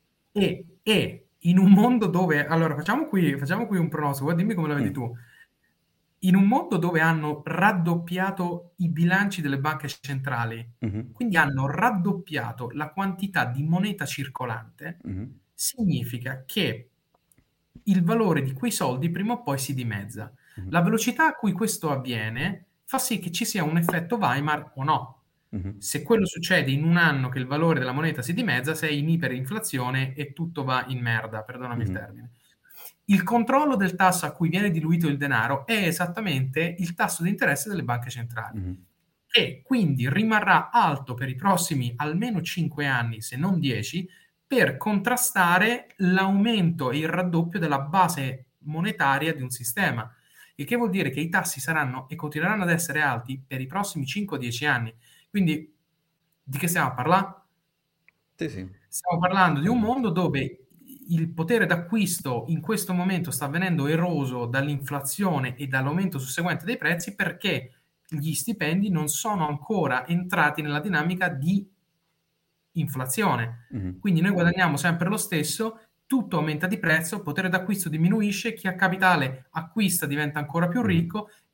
E in un mondo dove, allora facciamo qui un pronostico, poi dimmi come la vedi mm, tu. In un mondo dove hanno raddoppiato i bilanci delle banche centrali, mhm, quindi hanno raddoppiato la quantità di moneta circolante, mhm, significa che il valore di quei soldi prima o poi si dimezza. mhm, La velocità a cui questo avviene fa sì che ci sia un effetto Weimar o no. mhm, Se quello succede in un anno che il valore della moneta si dimezza, sei in iperinflazione e tutto va in merda, perdonami il mhm, termine. Il controllo del tasso a cui viene diluito il denaro è esattamente il tasso di interesse delle banche centrali, mhm, che quindi rimarrà alto per i prossimi almeno 5 anni, se non 10, per contrastare l'aumento e il raddoppio della base monetaria di un sistema. Il che vuol dire che i tassi saranno e continueranno ad essere alti per i prossimi 5-10 anni. Quindi di che stiamo a parlare? sì, sì, Stiamo parlando di un ovviamente. mondo dove il potere d'acquisto in questo momento sta venendo eroso dall'inflazione e dall'aumento susseguente dei prezzi perché gli stipendi non sono ancora entrati nella dinamica di inflazione. Mhm, Quindi noi guadagniamo sempre lo stesso, tutto aumenta di prezzo, il potere d'acquisto diminuisce, chi ha capitale acquista, diventa ancora più mhm, ricco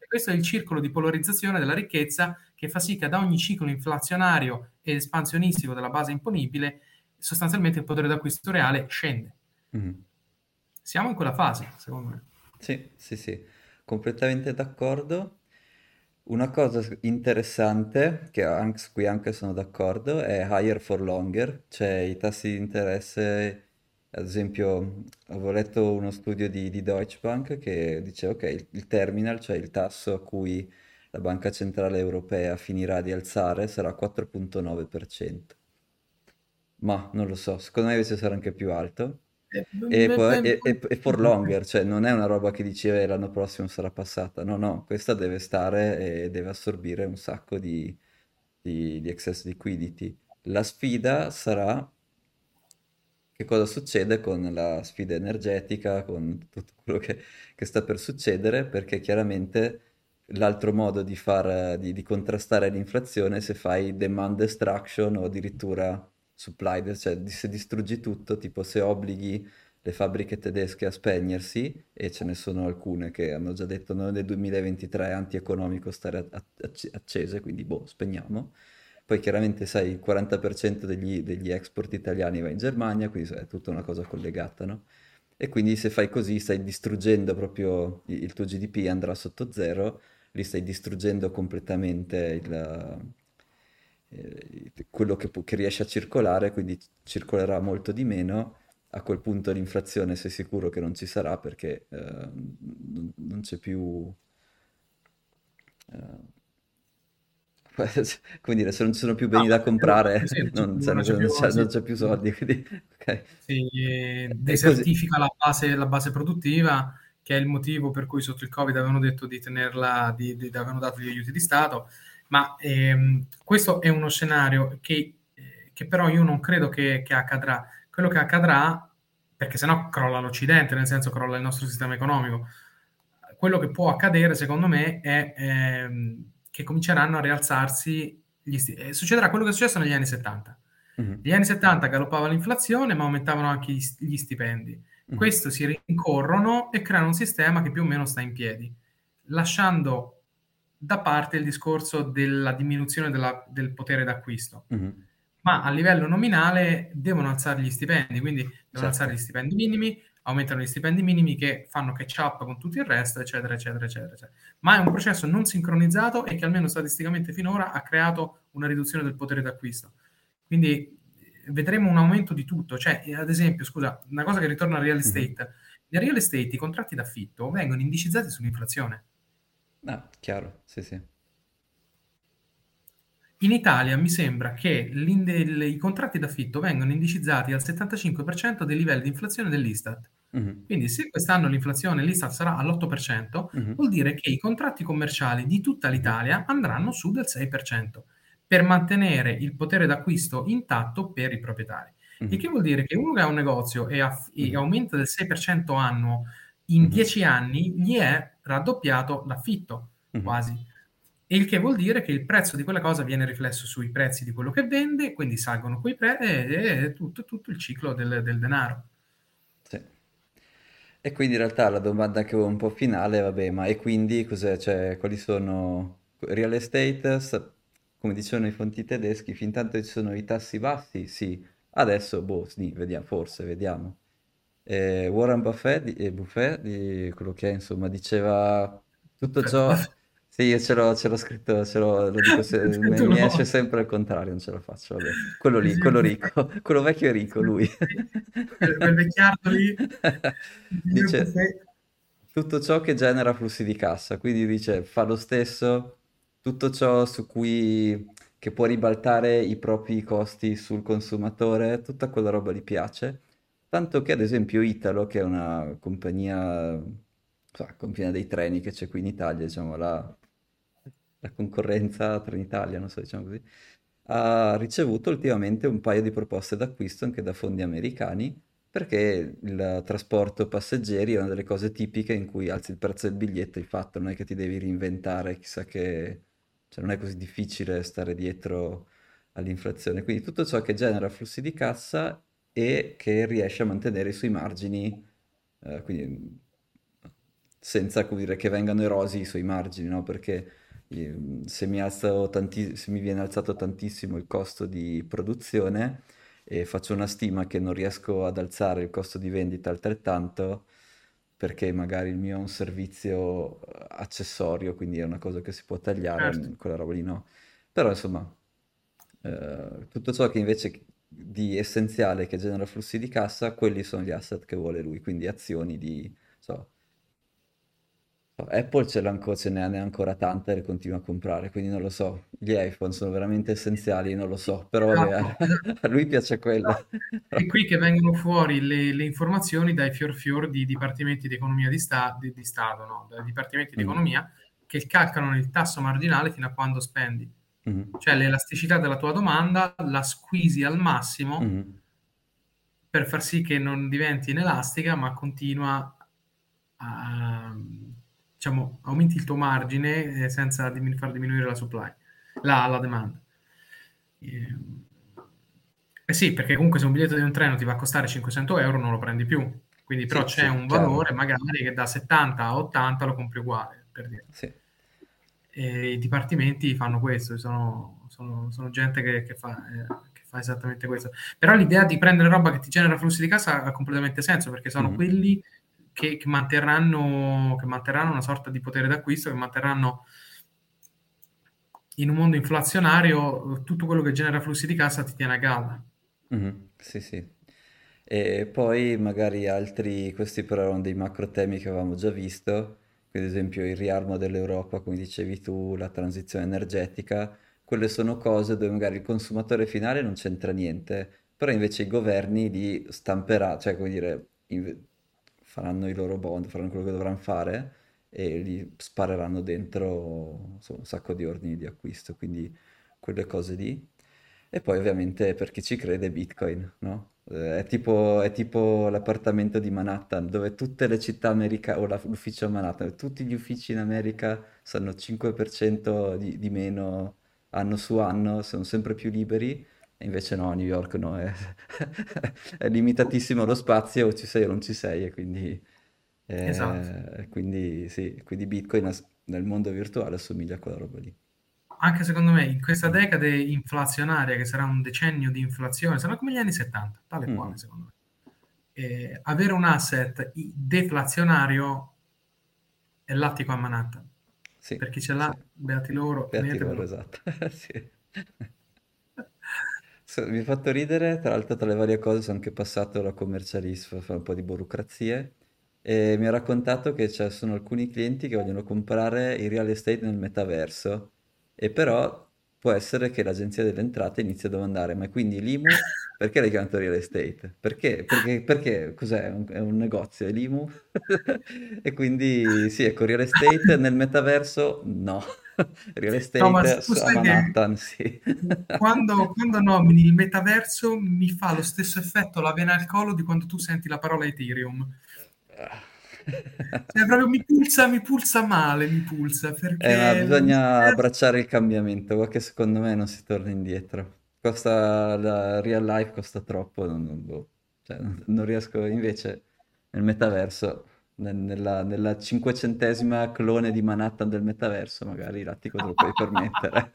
questo è il circolo di polarizzazione della ricchezza che fa sì che ad ogni ciclo inflazionario e espansionistico della base imponibile, sostanzialmente il potere d'acquisto reale scende. Mhm. Siamo in quella fase, secondo me. Sì, sì, sì, completamente d'accordo. Una cosa interessante, che su cui anche sono d'accordo, è higher for longer, cioè i tassi di interesse, ad esempio, avevo letto uno studio di Deutsche Bank che dice, ok, il terminal, cioè il tasso a cui la Banca Centrale Europea finirà di alzare sarà 4,9%. Ma non lo so, secondo me invece sarà anche più alto. E poi e for longer, cioè non è una roba che dice l'anno prossimo sarà passata. No, no, questa deve stare e deve assorbire un sacco di excess liquidity. La sfida sarà che cosa succede con la sfida energetica, con tutto quello che sta per succedere, perché chiaramente l'altro modo di contrastare l'inflazione è se fai demand destruction o addirittura cioè se distruggi tutto, tipo se obblighi le fabbriche tedesche a spegnersi, e ce ne sono alcune che hanno già detto noi nel 2023 è antieconomico stare accese, quindi boh, spegniamo. Poi chiaramente sai, il 40% degli export italiani va in Germania, quindi è tutta una cosa collegata, no? E quindi se fai così stai distruggendo proprio il tuo GDP, andrà sotto zero, lì stai distruggendo completamente quello che riesce a circolare, quindi circolerà molto di meno. A quel punto l'inflazione sei sicuro che non ci sarà perché non c'è più... eh, come dire, se non ci sono più No, beni da comprare, sì, non non c'è più, sì. non c'è più soldi, quindi, ok. Si E così. desertifica la base produttiva, che è il motivo per cui sotto il Covid avevano detto di tenerla, avevano dato gli aiuti di Stato, ma questo è uno scenario che però io non credo che accadrà. Quello che accadrà, perché sennò crolla l'Occidente, nel senso crolla il nostro sistema economico, quello che può accadere, secondo me, è che cominceranno a rialzarsi succederà quello che è successo negli anni 70. Mhm, Negli anni 70 galoppava l'inflazione, ma aumentavano anche gli stipendi. mhm, Questo si rincorrono e creano un sistema che più o meno sta in piedi, lasciando da parte il discorso della diminuzione del potere d'acquisto. mhm. Ma a livello nominale devono alzare gli stipendi, quindi devono alzare Certo. gli stipendi minimi, aumentano gli stipendi minimi che fanno catch up con tutto il resto, eccetera, eccetera, eccetera, eccetera. Ma è un processo non sincronizzato e che almeno statisticamente finora ha creato una riduzione del potere d'acquisto. Quindi vedremo un aumento di tutto. Cioè, ad esempio, scusa, una cosa che ritorna al real Mhm. estate. Nel real estate i contratti d'affitto vengono indicizzati sull'inflazione. Ah, chiaro, sì, sì. In Italia mi sembra che i contratti d'affitto vengono indicizzati al 75% dei livelli di inflazione dell'Istat. Mhm, Quindi se quest'anno l'inflazione l'Istat sarà all'8%, mhm, vuol dire che i contratti commerciali di tutta mhm, l'Italia andranno su del 6% per mantenere il potere d'acquisto intatto per i proprietari. Il mhm, che vuol dire che uno che ha un negozio e mhm, aumenta del 6% annuo, in mhm, 10 anni gli è raddoppiato l'affitto, mhm. quasi. Il che vuol dire che il prezzo di quella cosa viene riflesso sui prezzi di quello che vende, quindi salgono quei prezzi e tutto il ciclo del denaro. Sì. E quindi in realtà la domanda che ho un po' finale, vabbè, ma e quindi cos'è? Cioè, quali sono real estate? Come dicevano i fonti tedeschi, fin tanto ci sono i tassi bassi, sì. Adesso, boh, sì, vediamo, forse, vediamo. Warren Buffett, quello che è, insomma, diceva tutto ciò. Sì, io ce l'ho scritto, lo dico, Tu mi esce no. sempre al contrario, non ce la faccio, vabbè. Quello lì, Sì, quello sì, ricco, quello vecchio e ricco, lui. quel vecchiardo lì, il signor Dice Buffet. tutto ciò che genera flussi di cassa, quindi dice fa lo stesso tutto ciò che può ribaltare i propri costi sul consumatore, tutta quella roba gli piace. Tanto che ad esempio Italo, che è una compagnia, compagnia dei treni che c'è qui in Italia, diciamo la concorrenza Trenitalia, non so, diciamo così, ha ricevuto ultimamente un paio di proposte d'acquisto anche da fondi americani, perché il trasporto passeggeri è una delle cose tipiche in cui alzi il prezzo del biglietto, di fatto non è che ti devi reinventare, chissà che... cioè non è così difficile stare dietro all'inflazione. Quindi tutto ciò che genera flussi di cassa e che riesce a mantenere i suoi margini, quindi senza, come dire, che vengano erosi i suoi margini, no? Perché se mi viene alzato tantissimo il costo di produzione e faccio una stima che non riesco ad alzare il costo di vendita altrettanto, perché magari il mio è un servizio accessorio, quindi è una cosa che si può tagliare, Certo. quella roba lì no. Però insomma, tutto ciò che invece di essenziale che genera flussi di cassa, quelli sono gli asset che vuole lui, quindi azioni di, so, Apple ce ne ha ancora tante e le continua a comprare, quindi non lo so. Gli iPhone sono veramente essenziali, non lo so, però vabbè, Esatto, esatto. a lui piace quella. Esatto. È qui che vengono fuori le informazioni dai fior fior di dipartimenti di economia di Stato, no? Dai dipartimenti di Mhm, economia che calcolano il tasso marginale fino a quando spendi. mhm, Cioè l'elasticità della tua domanda la squeezy al massimo mhm, per far sì che non diventi inelastica, ma continua a, diciamo, aumenti il tuo margine senza far diminuire la supply, la domanda. Eh sì, perché comunque se un biglietto di un treno ti va a costare 500 euro non lo prendi più, quindi però sì, c'è sì, un chiaro. valore magari che da 70 a 80 lo compri uguale, per dire. Sì. E i dipartimenti fanno questo, sono gente che fa esattamente questo. Però l'idea di prendere roba che ti genera flussi di cassa ha completamente senso, perché sono Mhm, quelli che manterranno una sorta di potere d'acquisto, che manterranno in un mondo inflazionario tutto quello che genera flussi di cassa ti tiene a galla. mhm, sì, sì. E poi magari altri, questi però erano dei macro temi che avevamo già visto, quindi ad esempio il riarmo dell'Europa, come dicevi tu, la transizione energetica, quelle sono cose dove magari il consumatore finale non c'entra niente, però invece i governi li stamperanno, cioè come dire, faranno i loro bond, faranno quello che dovranno fare e li spareranno dentro insomma, un sacco di ordini di acquisto, quindi quelle cose lì. E poi ovviamente per chi ci crede Bitcoin, no? È tipo l'appartamento di Manhattan, dove tutte le città americane, o l'ufficio a Manhattan, tutti gli uffici in America sanno 5% di meno anno su anno, sono sempre più liberi, e invece no, a New York no, è, è limitatissimo lo spazio, o ci sei o non ci sei, e Esatto. quindi sì, quindi Bitcoin nel mondo virtuale assomiglia a quella roba lì. Anche secondo me in questa Mm. decade inflazionaria, che sarà un decennio di inflazione, sarà come gli anni 70, tale e quale Mhm. secondo me. Avere un asset deflazionario è l'attico a Manhattan. Sì, Per chi ce l'ha, sì. beati loro, Beati loro, tenetevelo. esatto. Sì. Mi ha fatto ridere, tra l'altro tra le varie cose sono anche passato alla commercialista a fare un po' di burocrazie e mi ha raccontato che ci sono alcuni clienti che vogliono comprare il real estate nel metaverso e però può essere che l'agenzia delle entrate inizi a domandare ma quindi l'IMU perché l'hai chiamato real estate? Perché cos'è? È un negozio, è l'IMU? E quindi sì, ecco, real estate nel metaverso no. Real Thomas, estate tu a sai che Manhattan, sì. quando nomini il metaverso mi fa lo stesso effetto la vena al collo di quando tu senti la parola Ethereum. Cioè, proprio mi pulsa male, mi pulsa, Ma perché il bisogna metaverso... abbracciare il cambiamento, perché secondo me non si torna indietro. Costa, la real life costa troppo, boh. Cioè, non riesco, invece nel metaverso, nella 500ª clone di Manhattan del metaverso, magari l'attico te lo puoi permettere.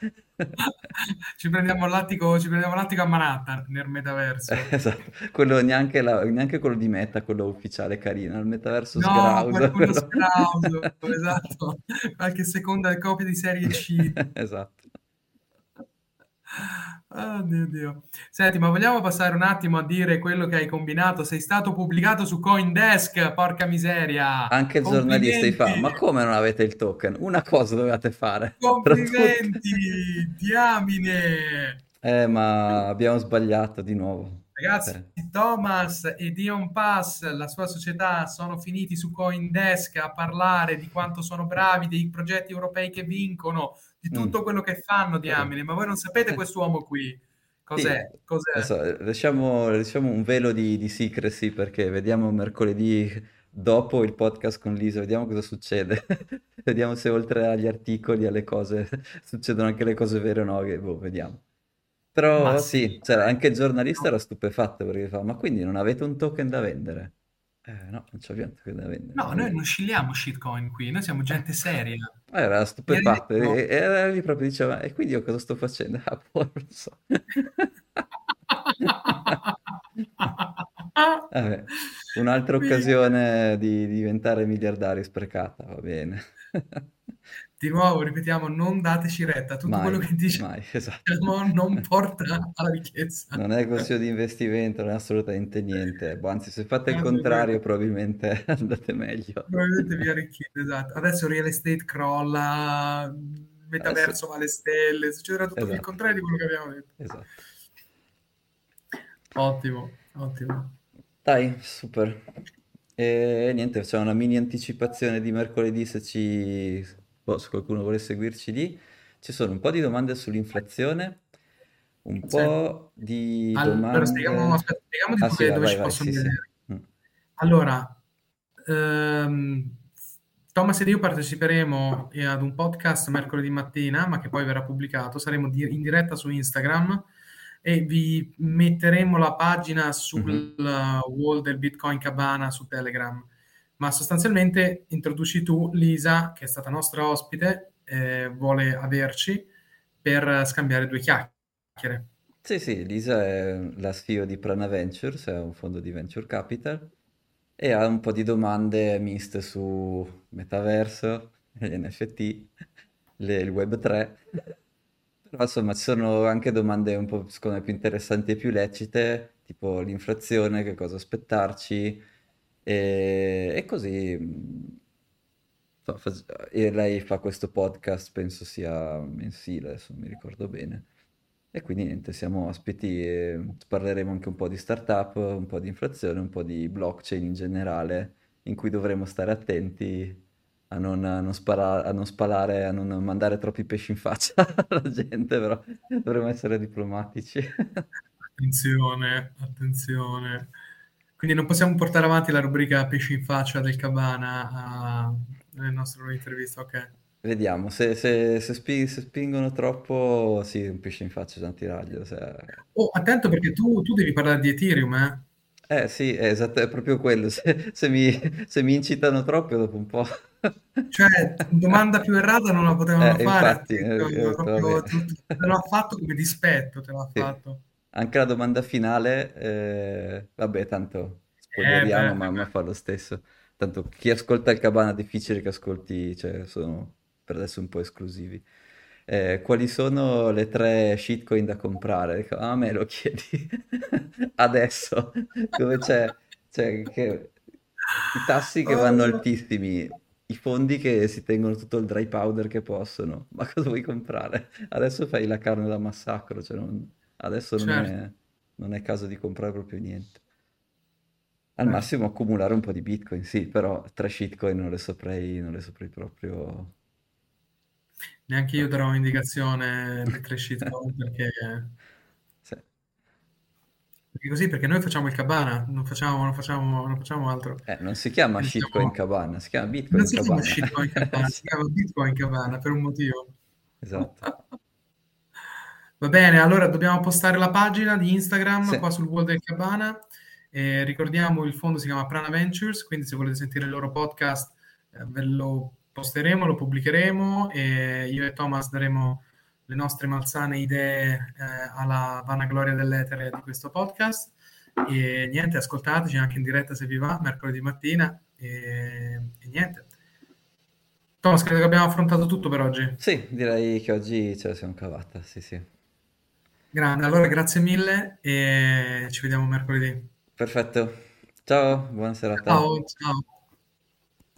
Ci prendiamo l'attico a Manhattan nel metaverso. Esatto, quello neanche quello di Meta, quello ufficiale carino, il metaverso No, sgrauso, qualcuno quello... scrauso, esatto. Qualche seconda copia di serie C. Esatto. Oh, Dio, Dio. Senti, ma vogliamo passare un attimo a dire quello che hai combinato? Sei stato pubblicato su CoinDesk, porca miseria! Anche il giornalista gli fa, Complimenti! ma come non avete il token? Una cosa dovevate fare, tra tutte. Complimenti! Diamine! Ma abbiamo sbagliato di nuovo. Ragazzi, Cioè, Thomas e Dion Pass, la sua società, sono finiti su CoinDesk a parlare di quanto sono bravi, dei progetti europei che vincono, di mm, tutto quello che fanno, vabbè. diamine, ma voi non sapete quest'uomo qui. Sì, Cos'è? Cos'è? adesso lasciamo un velo di secrecy perché vediamo mercoledì dopo il podcast con Lisa, vediamo cosa succede. Vediamo se oltre agli articoli, alle cose, succedono anche le cose vere o no, che boh, vediamo. Ma Però sì, sì, c'era anche il giornalista era stupefatto perché fa, ma quindi non avete un token da vendere? No, non c'ho niente da vendere. No, noi non scegliamo shitcoin qui, noi siamo gente seria. Era Mi hai stupefatto detto? e era lì proprio diceva, e quindi io cosa sto facendo? Ah, boh, non lo so. Vabbè, un'altra Minchia. occasione di diventare miliardari sprecata, va bene. Di nuovo, ripetiamo, non dateci retta, tutto quello Mai, che mai, esatto. diciamo non porta alla ricchezza. Non è consiglio di investimento, non è assolutamente niente. Boh, anzi, se fate il Guarda, contrario, probabilmente andate meglio. probabilmente vi arricchite, esatto. Adesso real estate crolla, Sì, metaverso va alle stelle, succederà tutto il esatto, contrario di quello che abbiamo detto. esatto. Ottimo, ottimo. Dai, super. E niente, facciamo una mini anticipazione di mercoledì se qualcuno vuole seguirci lì. Ci sono un po' di domande sull'inflazione, un Sì. po' di Allora, spieghiamo, domande... aspetta, spieghiamo di Ah sì, dove vai, ci vai, possono sì, sì. vedere. Mm. Allora, ehm, Thomas ed io parteciperemo ad un podcast mercoledì mattina, ma che poi verrà pubblicato. Saremo in diretta su Instagram e vi metteremo la pagina Mhm. sul wall del Bitcoin Cabana su Telegram. Ma sostanzialmente introduci tu, Lisa, che è stata nostra ospite, vuole averci per scambiare due chiacchiere. Sì, sì, Lisa è la CEO di Prana Ventures, è un fondo di venture capital e ha un po' di domande miste su metaverso, gli NFT, il Web 3. Però insomma ci sono anche domande un po' secondo me più interessanti e più lecite, tipo l'inflazione, che cosa aspettarci e così. So, e lei fa questo podcast, penso sia mensile, adesso non mi ricordo bene. E quindi niente, siamo ospiti e parleremo anche un po' di startup, un po' di inflazione, un po' di blockchain in generale, in cui dovremo stare attenti a non spalare, a non mandare troppi pesci in faccia alla gente, però dovremo essere diplomatici. Attenzione, attenzione. Quindi non possiamo portare avanti la rubrica pesci in faccia del Cabana nelle nostre interviste, ok? Vediamo, se spingono troppo, sì, un pesce in faccia da tirarglielo. Oh, attento perché tu devi parlare di Ethereum, eh? Sì, è esatto, è proprio quello. Se mi incitano troppo, dopo un po'. Cioè, domanda più errata non la potevano fare a Infatti, te, cioè, vabbè. proprio te l'ha fatto come dispetto, te l'ha Sì. fatto. Anche la domanda finale, vabbè, tanto spoileriamo, ma fa lo stesso. Tanto chi ascolta il Cabana è difficile che ascolti, cioè sono per adesso un po' esclusivi. Quali sono le tre shitcoin da comprare? Dico, "Ah, a me lo chiedi adesso, dove i tassi che vanno Oh, altissimi, i fondi che si tengono tutto il dry powder che possono, ma cosa vuoi comprare? Adesso fai la carne da massacro, cioè adesso certo. non è caso di comprare proprio niente. Al Certo. massimo accumulare un po' di Bitcoin, sì, però tre shitcoin non le saprei proprio... Neanche io darò un'indicazione di tre shitcoin Sì. perché così, perché noi facciamo il Cabana, non facciamo altro. Non si chiama Quindi shitcoin siamo... cabana, si chiama Non Bitcoin si chiama cabana. shitcoin Cabana, si Sì, chiama Bitcoin Cabana per un motivo. esatto. Va bene, allora dobbiamo postare la pagina di Instagram Sì, qua sul wall del Cabana. Ricordiamo il fondo si chiama Prana Ventures, quindi se volete sentire il loro podcast ve lo posteremo, lo pubblicheremo e io e Thomas daremo le nostre malsane idee alla vanagloria dell'etere di questo podcast. E niente, ascoltateci anche in diretta se vi va, mercoledì mattina. E niente. Thomas, credo che abbiamo affrontato tutto per oggi. sì, direi che oggi ce la siamo cavata, sì, sì. Grande, allora grazie mille e ci vediamo mercoledì. Perfetto. Ciao, buona serata. Ciao, ciao.